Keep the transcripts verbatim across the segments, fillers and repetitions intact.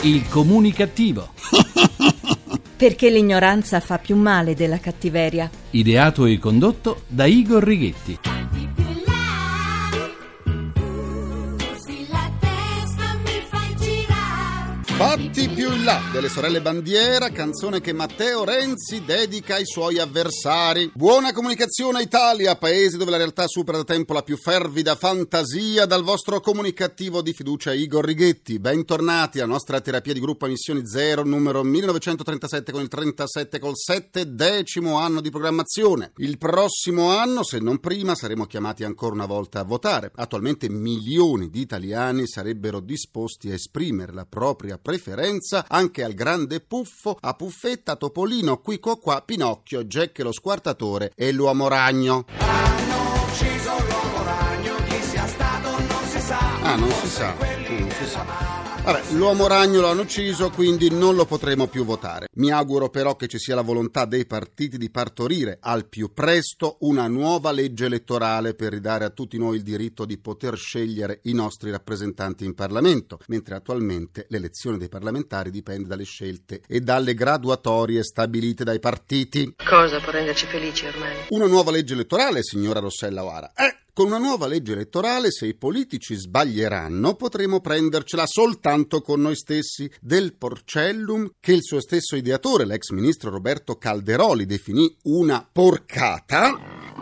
Il comunicativo. Perché l'ignoranza fa più male della cattiveria. Ideato e condotto da Igor Righetti. Fatti più in là delle sorelle Bandiera, canzone che Matteo Renzi dedica ai suoi avversari. Buona comunicazione Italia, paese dove la realtà supera da tempo la più fervida fantasia. Dal vostro comunicativo di fiducia Igor Righetti. Bentornati alla nostra terapia di gruppo Emissioni Zero, numero millenovecentotrentasette con il trentasette col sette, decimo anno di programmazione. Il prossimo anno, se non prima, saremo chiamati ancora una volta a votare. Attualmente milioni di italiani sarebbero disposti a esprimere la propria preferenza anche al grande Puffo, a Puffetta, Topolino, Quico qua, Pinocchio, Jack lo squartatore e l'uomo ragno. Hanno ucciso l'uomo ragno, chi sia stato non si sa. Ah, non si sa, non si sa. Vabbè, l'uomo ragno lo hanno ucciso, quindi non lo potremo più votare. Mi auguro però che ci sia la volontà dei partiti di partorire al più presto una nuova legge elettorale per ridare a tutti noi il diritto di poter scegliere i nostri rappresentanti in Parlamento, mentre attualmente l'elezione dei parlamentari dipende dalle scelte e dalle graduatorie stabilite dai partiti. Cosa può renderci felici ormai? Una nuova legge elettorale, signora Rossella O'Hara. Eh! Con una nuova legge elettorale, se i politici sbaglieranno, potremo prendercela soltanto con noi stessi. Del Porcellum, che il suo stesso ideatore, l'ex ministro Roberto Calderoli, definì una porcata,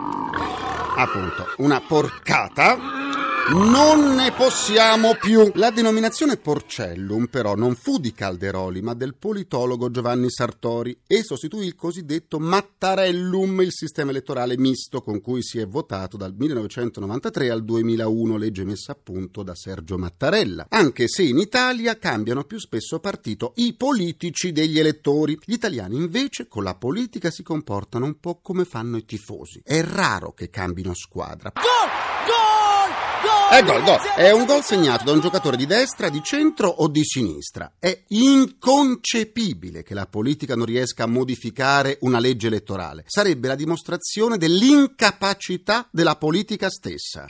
appunto, una porcata, non ne possiamo più. La denominazione Porcellum però non fu di Calderoli ma del politologo Giovanni Sartori e sostituì il cosiddetto Mattarellum, il sistema elettorale misto con cui si è votato dal millenovecentonovantatré al duemilauno, legge messa a punto da Sergio Mattarella, anche se in Italia cambiano più spesso partito i politici degli elettori. Gli italiani invece con la politica si comportano un po' come fanno i tifosi, è raro che cambino squadra. Gol! Gol! È gol, gol. È un gol segnato da un giocatore di destra, di centro o di sinistra. È inconcepibile che la politica non riesca a modificare una legge elettorale. Sarebbe la dimostrazione dell'incapacità della politica stessa.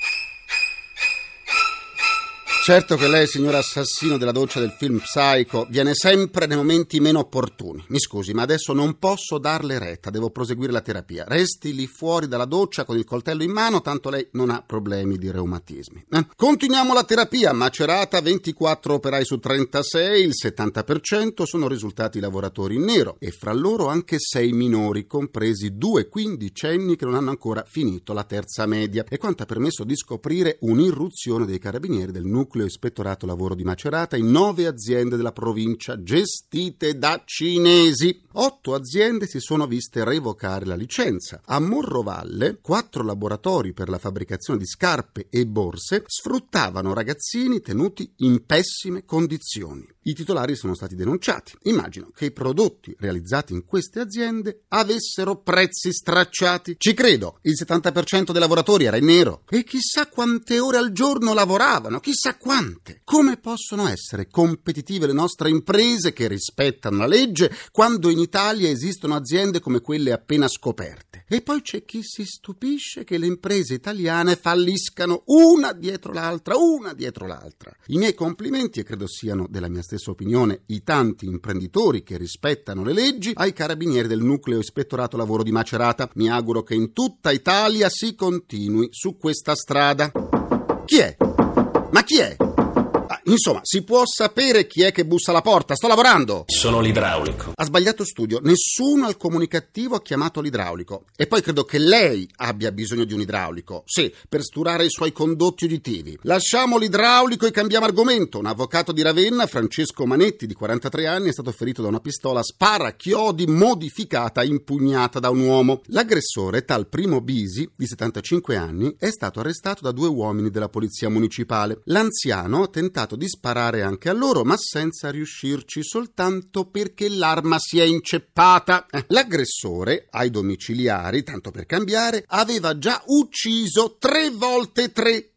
Certo che lei, signor assassino della doccia del film Psycho, viene sempre nei momenti meno opportuni. Mi scusi, ma adesso non posso darle retta, devo proseguire la terapia. Resti lì fuori dalla doccia con il coltello in mano, tanto lei non ha problemi di reumatismi. Eh? Continuiamo la terapia. Macerata, ventiquattro operai su trentasei, il settanta per cento sono risultati lavoratori in nero e fra loro anche sei minori, compresi due quindicenni che non hanno ancora finito la terza media. E quanto ha permesso di scoprire un'irruzione dei carabinieri del nucleo ispettorato lavoro di Macerata in nove aziende della provincia gestite da cinesi. Otto aziende si sono viste revocare la licenza. A Morrovalle, quattro laboratori per la fabbricazione di scarpe e borse sfruttavano ragazzini tenuti in pessime condizioni. I titolari sono stati denunciati. Immagino che i prodotti realizzati in queste aziende avessero prezzi stracciati. Ci credo, il settanta per cento dei lavoratori era in nero. E chissà quante ore al giorno lavoravano, chissà quante. Come possono essere competitive le nostre imprese che rispettano la legge quando in Italia esistono aziende come quelle appena scoperte? E poi c'è chi si stupisce che le imprese italiane falliscano una dietro l'altra, una dietro l'altra. I miei complimenti, e credo siano della mia stessa opinione i tanti imprenditori che rispettano le leggi, ai carabinieri del nucleo ispettorato lavoro di Macerata. Mi auguro che in tutta Italia si continui su questa strada. Chi è? Ma chi è? Insomma, si può sapere chi è che bussa alla porta? Sto lavorando! Sono l'idraulico. Ha sbagliato studio. Nessuno al comunicativo ha chiamato l'idraulico. E poi credo che lei abbia bisogno di un idraulico. Sì, per sturare i suoi condotti uditivi. Lasciamo l'idraulico e cambiamo argomento. Un avvocato di Ravenna, Francesco Manetti, di quarantatré anni, è stato ferito da una pistola sparachiodi modificata e impugnata da un uomo. L'aggressore, tal Primo Bisi, di settantacinque anni, è stato arrestato da due uomini della polizia municipale. L'anziano ha tentato di sparare anche a loro, ma senza riuscirci, soltanto perché l'arma si è inceppata. Eh, l'aggressore, ai domiciliari, tanto per cambiare, aveva già ucciso tre volte tre.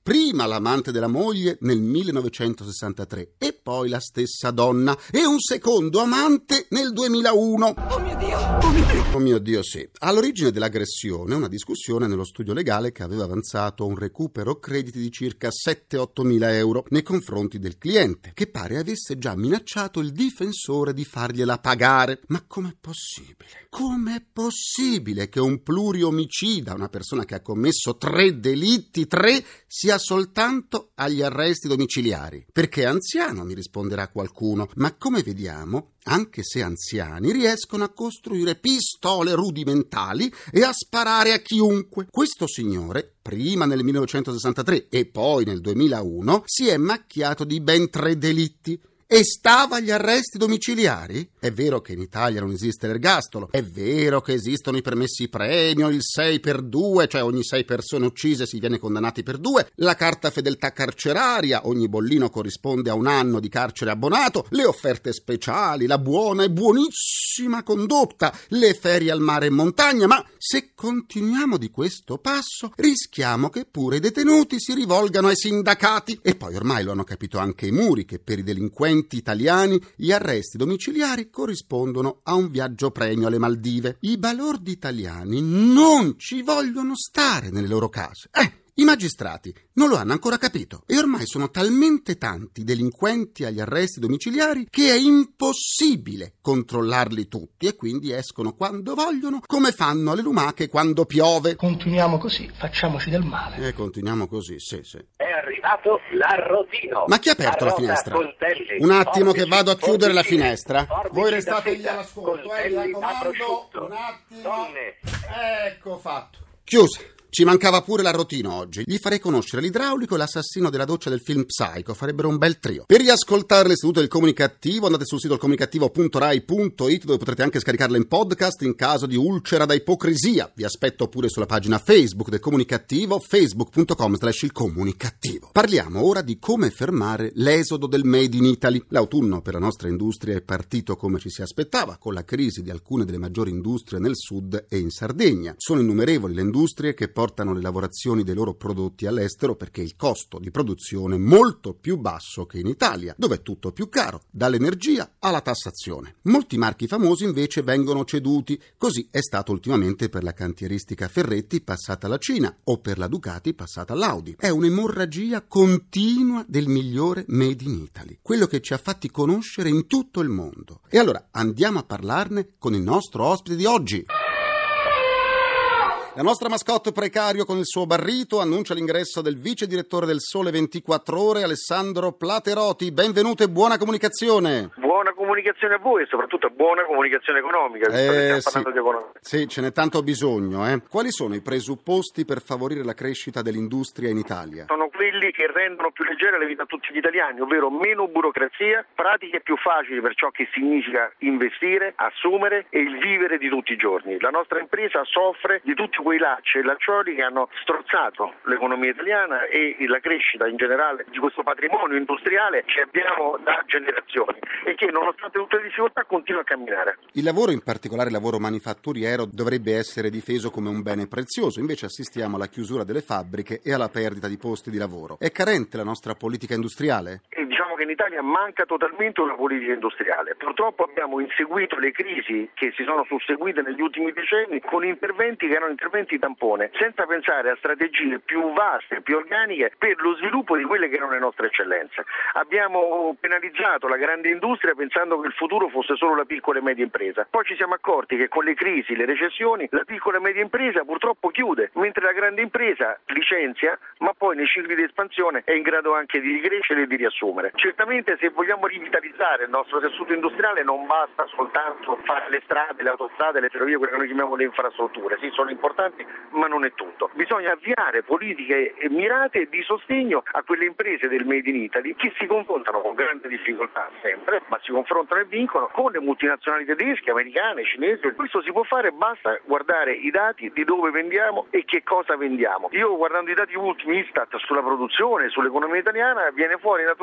prima l'amante della moglie nel millenovecentosessantatré e poi la stessa donna, e un secondo amante nel duemilauno. Oh mio Dio! Oh mio Dio! Oh mio Dio, sì. All'origine dell'aggressione una discussione nello studio legale che aveva avanzato un recupero crediti di circa sette otto mila euro nei confronti del cliente, che pare avesse già minacciato il difensore di fargliela pagare. Ma com'è possibile? Com'è possibile che un pluriomicida, una persona che ha commesso tre delitti, tre, sia soltanto agli arresti domiciliari? Perché è anziano, mi risponderà qualcuno, ma come vediamo, anche se anziani, riescono a costruire pistole rudimentali e a sparare a chiunque. Questo signore, prima nel millenovecentosessantatré e poi nel duemilauno, si è macchiato di ben tre delitti. E stava agli arresti domiciliari? È vero che in Italia non esiste l'ergastolo, è vero che esistono i permessi premio, il sei per due, cioè ogni sei persone uccise si viene condannati per due, la carta fedeltà carceraria, ogni bollino corrisponde a un anno di carcere abbonato, le offerte speciali, la buona e buonissima condotta, le ferie al mare e in montagna, ma se continuiamo di questo passo rischiamo che pure i detenuti si rivolgano ai sindacati. E poi ormai lo hanno capito anche i muri che per i delinquenti italiani gli arresti domiciliari corrispondono a un viaggio premio alle Maldive. I balordi italiani non ci vogliono stare nelle loro case. Eh, i magistrati non lo hanno ancora capito e ormai sono talmente tanti i delinquenti agli arresti domiciliari che è impossibile controllarli tutti e quindi escono quando vogliono, come fanno alle lumache quando piove. Continuiamo così, facciamoci del male. E eh, continuiamo così, sì, sì. È arrivato l'arrotino. Ma chi ha aperto la, la finestra? Coltelli. Un attimo che vado a chiudere la finestra. Voi restate lì all'ascolto, eh, mi raccomando. Un attimo. Donne. Ecco fatto. Chiusa. Ci mancava pure l'arrotino oggi. Gli farei conoscere l'idraulico e l'assassino della doccia del film Psycho. Farebbero un bel trio. Per riascoltare le sedute del Comunicativo andate sul sito comunicativo punto rai punto it, dove potrete anche scaricarle in podcast in caso di ulcera da ipocrisia. Vi aspetto pure sulla pagina Facebook del Comunicativo, facebook punto com slash il comunicativo. Parliamo ora di come fermare l'esodo del Made in Italy. L'autunno per la nostra industria è partito come ci si aspettava, con la crisi di alcune delle maggiori industrie nel sud e in Sardegna. Sono innumerevoli le industrie che portano le lavorazioni dei loro prodotti all'estero perché il costo di produzione è molto più basso che in Italia, dove è tutto più caro, dall'energia alla tassazione. Molti marchi famosi invece vengono ceduti, così è stato ultimamente per la cantieristica Ferretti passata alla Cina o per la Ducati passata all'Audi. È un'emorragia continua del migliore Made in Italy, quello che ci ha fatti conoscere in tutto il mondo. E allora andiamo a parlarne con il nostro ospite di oggi. La nostra mascotte precario con il suo barrito annuncia l'ingresso del vice direttore del Sole ventiquattro Ore, Alessandro Plateroti. Benvenuto e buona comunicazione. Buona comunicazione a voi e soprattutto buona comunicazione economica, visto eh, che stiamo sì. parlando di economia. Sì, ce n'è tanto bisogno. Eh. Quali sono i presupposti per favorire la crescita dell'industria in Italia? Sono quelli che rendono più leggera la vita a tutti gli italiani, ovvero meno burocrazia, pratiche più facili per ciò che significa investire, assumere e il vivere di tutti i giorni. La nostra impresa soffre di tutti quei lacci e laccioli che hanno strozzato l'economia italiana e la crescita in generale di questo patrimonio industriale che abbiamo da generazioni e che nonostante tutte le difficoltà continua a camminare. Il lavoro, in particolare il lavoro manifatturiero, dovrebbe essere difeso come un bene prezioso, invece assistiamo alla chiusura delle fabbriche e alla perdita di posti di lavoro. È carente la nostra politica industriale? E diciamo che in Italia manca totalmente una politica industriale. Purtroppo abbiamo inseguito le crisi che si sono susseguite negli ultimi decenni con interventi che erano interventi tampone, senza pensare a strategie più vaste, più organiche per lo sviluppo di quelle che erano le nostre eccellenze. Abbiamo penalizzato la grande industria pensando che il futuro fosse solo la piccola e media impresa. Poi ci siamo accorti che con le crisi, le recessioni, la piccola e media impresa purtroppo chiude, mentre la grande impresa licenzia, ma poi nei cicli di espansione è in grado anche di ricrescere e di riassumere. Certamente se vogliamo rivitalizzare il nostro tessuto industriale non basta soltanto fare le strade, le autostrade, le ferrovie, quelle che noi chiamiamo le infrastrutture. Sì, sono importanti, ma non è tutto. Bisogna avviare politiche mirate di sostegno a quelle imprese del Made in Italy che si confrontano con grande difficoltà sempre, ma si confrontano e vincono con le multinazionali tedesche, americane, cinesi. Questo si può fare, basta guardare i dati di dove vendiamo e che cosa vendiamo. Io guardando i dati ultimi Istat sulla produzione, sull'economia italiana, viene fuori naturalmente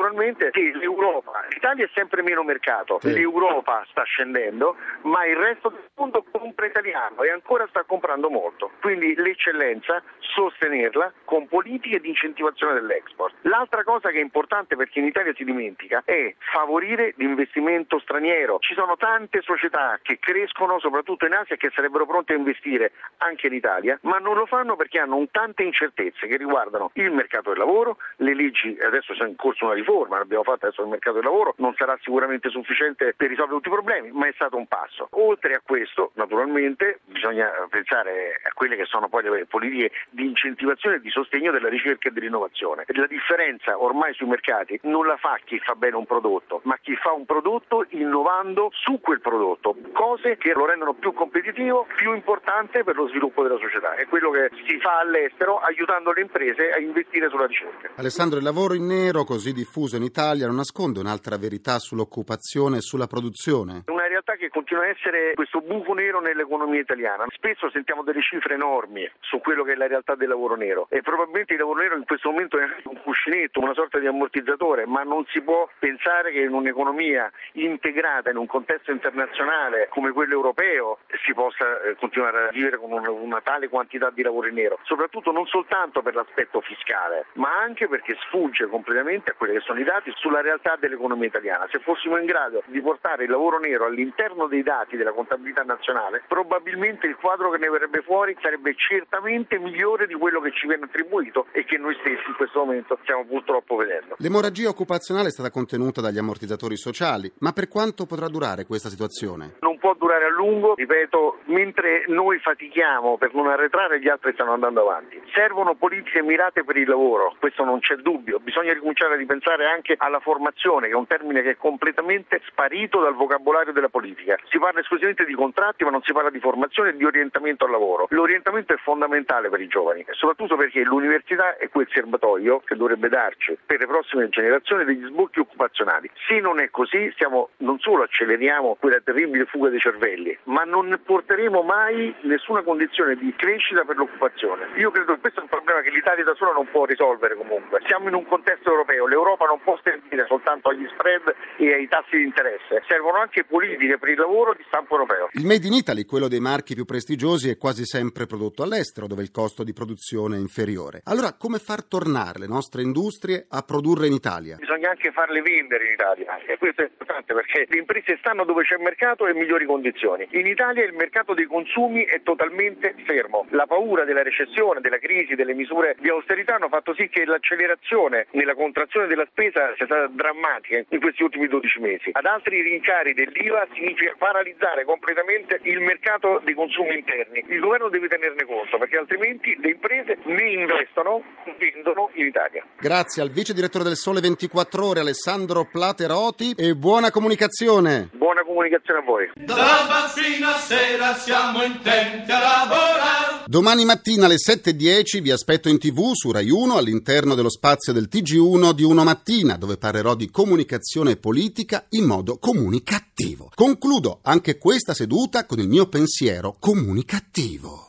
che l'Europa, l'Italia è sempre meno mercato, sì. L'Europa sta scendendo, ma il resto del mondo compra italiano e ancora sta comprando molto. Quindi l'eccellenza, sostenerla con politiche di incentivazione dell'export. L'altra cosa che è importante, perché in Italia si dimentica, è favorire l'investimento straniero. Ci sono tante società che crescono soprattutto in Asia e che sarebbero pronte a investire anche in Italia, ma non lo fanno perché hanno tante incertezze che riguardano il mercato del lavoro, le leggi. Adesso c'è in corso una riforma, l'abbiamo fatta adesso il mercato del lavoro, non sarà sicuramente sufficiente per risolvere tutti i problemi, ma è stato un passo. Oltre a questo, naturalmente, bisogna pensare a quelle che sono poi le politiche di incentivazione e di sostegno della ricerca e dell'innovazione. La differenza ormai sui mercati non la fa chi fa bene un prodotto, ma chi fa un prodotto innovando su quel prodotto, cose che lo rendono più competitivo, più importante per lo sviluppo della società. È quello che si fa all'estero, aiutando le imprese a investire sulla ricerca. Alessandro, il lavoro in nero così diffuso in Italia non nasconde un'altra verità sull'occupazione e sulla produzione? Una realtà che continua a essere questo buco nero nell'economia italiana. Spesso sentiamo delle cifre enormi su quello che è la realtà del lavoro nero e probabilmente il lavoro nero in questo momento è un cuscinetto, una sorta di ammortizzatore, ma non si può pensare che in un'economia integrata, in un contesto internazionale come quello europeo, si possa continuare a vivere con una, una tale quantità di lavoro in nero, soprattutto non soltanto per l'aspetto fiscale, ma anche perché sfugge completamente a quelli che sono i dati sulla realtà dell'economia italiana. Se fossimo in grado di portare il lavoro nero all'interno dei dati della contabilità nazionale, probabilmente il quadro che ne verrebbe fuori sarebbe certamente migliore di quello che ci viene attribuito e che noi stessi in questo momento stiamo purtroppo vedendo. L'emorragia occupazionale è stata contenuta dagli ammortizzatori sociali, ma per quanto potrà durare questa situazione? Non può durare a lungo, ripeto, mentre noi fatichiamo per non arretrare, gli altri stanno andando avanti. Servono politiche mirate per il lavoro, questo non c'è dubbio. Bisogna ricominciare a ripensare anche alla formazione, che è un termine che è completamente sparito dal vocabolario della politica. Si parla esclusivamente di contratti, ma non si parla di formazione e di orientamento al lavoro. L'orientamento è fondamentale per i giovani, soprattutto perché l'università è quel serbatoio che dovrebbe darci per le prossime generazioni degli sbocchi occupazionali. Se non è così, stiamo non solo acceleriamo quella terribile fuga dei cervelli, ma non porteremo mai nessuna condizione di crescita per l'occupazione. Io credo che questo è un problema che l'Italia da sola non può risolvere comunque. Siamo in un contesto europeo, l'Europa non può servire soltanto agli spread e ai tassi di interesse, servono anche politiche per il lavoro di stampo europeo. Il Made in Italy, quello dei marchi più prestigiosi, è quasi sempre prodotto all'estero, dove il costo di produzione è inferiore. Allora, come far tornare le nostre industrie a produrre in Italia? Bisogna anche farle vendere in Italia e questo è importante perché le imprese stanno dove c'è mercato e migliori condizioni. In Italia il mercato dei consumi è totalmente fermo. La paura della recessione, della crisi, delle misure di austerità hanno fatto sì che l'accelerazione nella contrazione della spesa sia stata drammatica in questi ultimi dodici mesi. Ad altri rincari dell'I V A significa paralizzare completamente il mercato dei consumi interni. Il governo deve tenerne conto perché altrimenti le imprese ne investono, vendono in Italia. Grazie al vice direttore del Sole ventiquattro Ore Alessandro Plateroti e buona comunicazione. Buona comunicazione a voi. Da mattina a sera siamo intenti a lavorare. Domani mattina alle sette e dieci vi aspetto in tivù su Rai uno all'interno dello spazio del T G uno di Uno Mattina, dove parlerò di comunicazione politica in modo comunicativo. Concludo anche questa seduta con il mio pensiero comunicativo.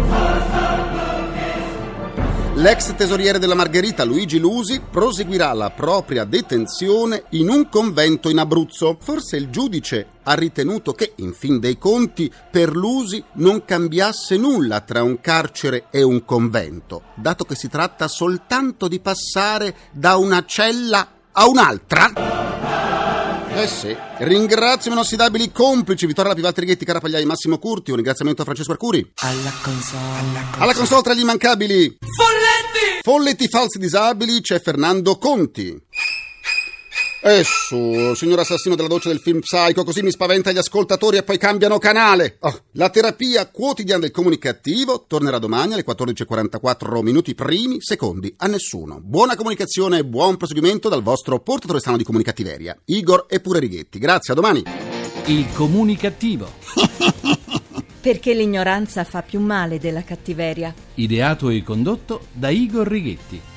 L'ex tesoriere della Margherita, Luigi Lusi, proseguirà la propria detenzione in un convento in Abruzzo. Forse il giudice ha ritenuto che, in fin dei conti, per Lusi non cambiasse nulla tra un carcere e un convento, dato che si tratta soltanto di passare da una cella a un'altra. Eh sì, ringrazio i inossidabili complici Vittorio Lapivatti, Righetti, Carapagliai, Massimo Curti. Un ringraziamento a Francesco Arcuri. Alla console. Alla console, Alla console tra gli immancabili Folletti! Folletti falsi disabili c'è Fernando Conti. E su, signor assassino della doccia del film Psycho, così mi spaventa gli ascoltatori e poi cambiano canale. Oh, la terapia quotidiana del comunicativo tornerà domani alle quattordici e quarantaquattro minuti primi secondi a nessuno. Buona comunicazione e buon proseguimento dal vostro portatore strano di comunicattiveria, Igor e pure Righetti. Grazie, a domani. Il comunicativo. Perché l'ignoranza fa più male della cattiveria. Ideato e condotto da Igor Righetti.